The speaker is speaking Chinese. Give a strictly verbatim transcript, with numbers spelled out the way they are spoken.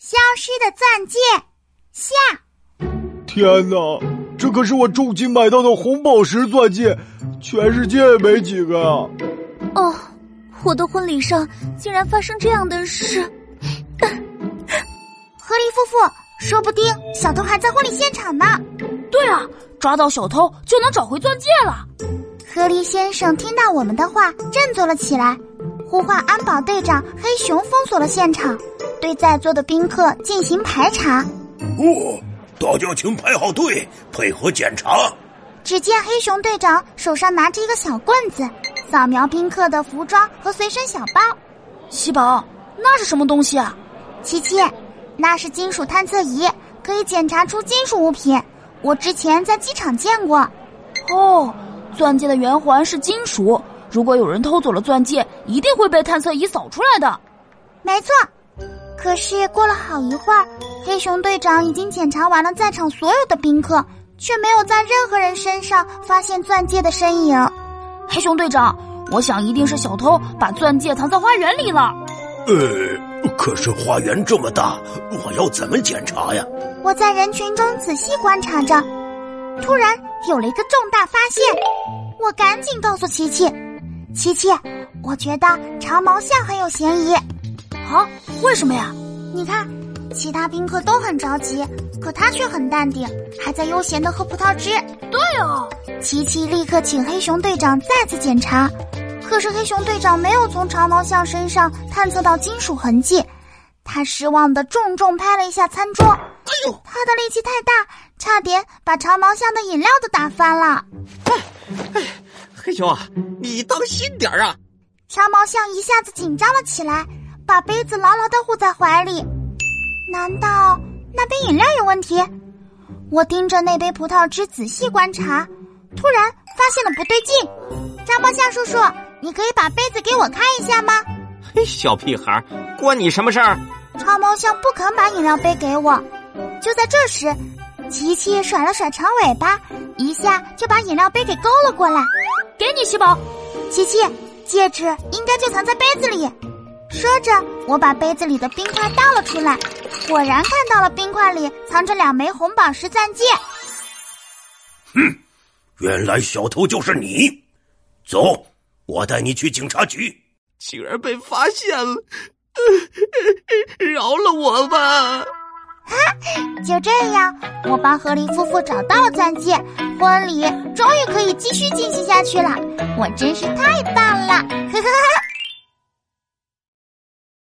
消失的钻戒下。 天哪，这可是我重金买到的红宝石钻戒，全世界也没几个啊！ 哦，我的婚礼上竟然发生这样的事。 河狸夫妇，说不定小偷还在婚礼现场呢。 对啊，抓到小偷就能找回钻戒了。 河狸先生听到我们的话，振作了起来，呼唤安保队长黑熊封锁了现场，对在座的宾客进行排查。 哦，大家请排好队，配合检查。 只见黑熊队长手上拿着一个小棍子，扫描宾客的服装和随身小包。 喜宝，那是什么东西啊？ 琪琪，那是金属探测仪，可以检查出金属物品。我之前在机场见过。 哦，钻戒的圆环是金属，如果有人偷走了钻戒，一定会被探测仪扫出来的。 没错。可是过了好一会儿，黑熊队长已经检查完了在场所有的宾客，却没有在任何人身上发现钻戒的身影。 黑熊队长，我想一定是小偷把钻戒藏在花园里了。 呃，可是花园这么大，我要怎么检查呀？ 我在人群中仔细观察着，突然有了一个重大发现。我赶紧告诉琪琪，琪琪，我觉得长毛象很有嫌疑。 啊？为什么呀？ 你看，其他宾客都很着急，可他却很淡定，还在悠闲地喝葡萄汁。 对哦， 琪琪立刻请黑熊队长再次检查，可是黑熊队长没有从长毛象身上探测到金属痕迹。他失望地重重拍了一下餐桌， 哎呦， 他的力气太大，差点把长毛象的饮料都打翻了。 哎哎，黑熊啊，你当心点啊！ 长毛象一下子紧张了起来，把杯子牢牢地护在怀里。难道那杯饮料有问题？我盯着那杯葡萄汁仔细观察，突然发现了不对劲。长毛象叔叔，你可以把杯子给我看一下吗？ 嘿，小屁孩，关你什么事儿？ 长毛象不肯把饮料杯给我。就在这时，琪琪甩了甩长尾巴，一下就把饮料杯给勾了过来。 给你，喜宝。 琪琪，戒指应该就藏在杯子里。说着，我把杯子里的冰块倒了出来，果然看到了冰块里藏着两枚红宝石钻戒。 哼，原来小偷就是你！走，我带你去警察局。 竟然被发现了，呃、饶了我吧！ 哈，就这样，我帮河狸夫妇找到了钻戒，婚礼终于可以继续进行下去了。我真是太棒了！呵呵呵。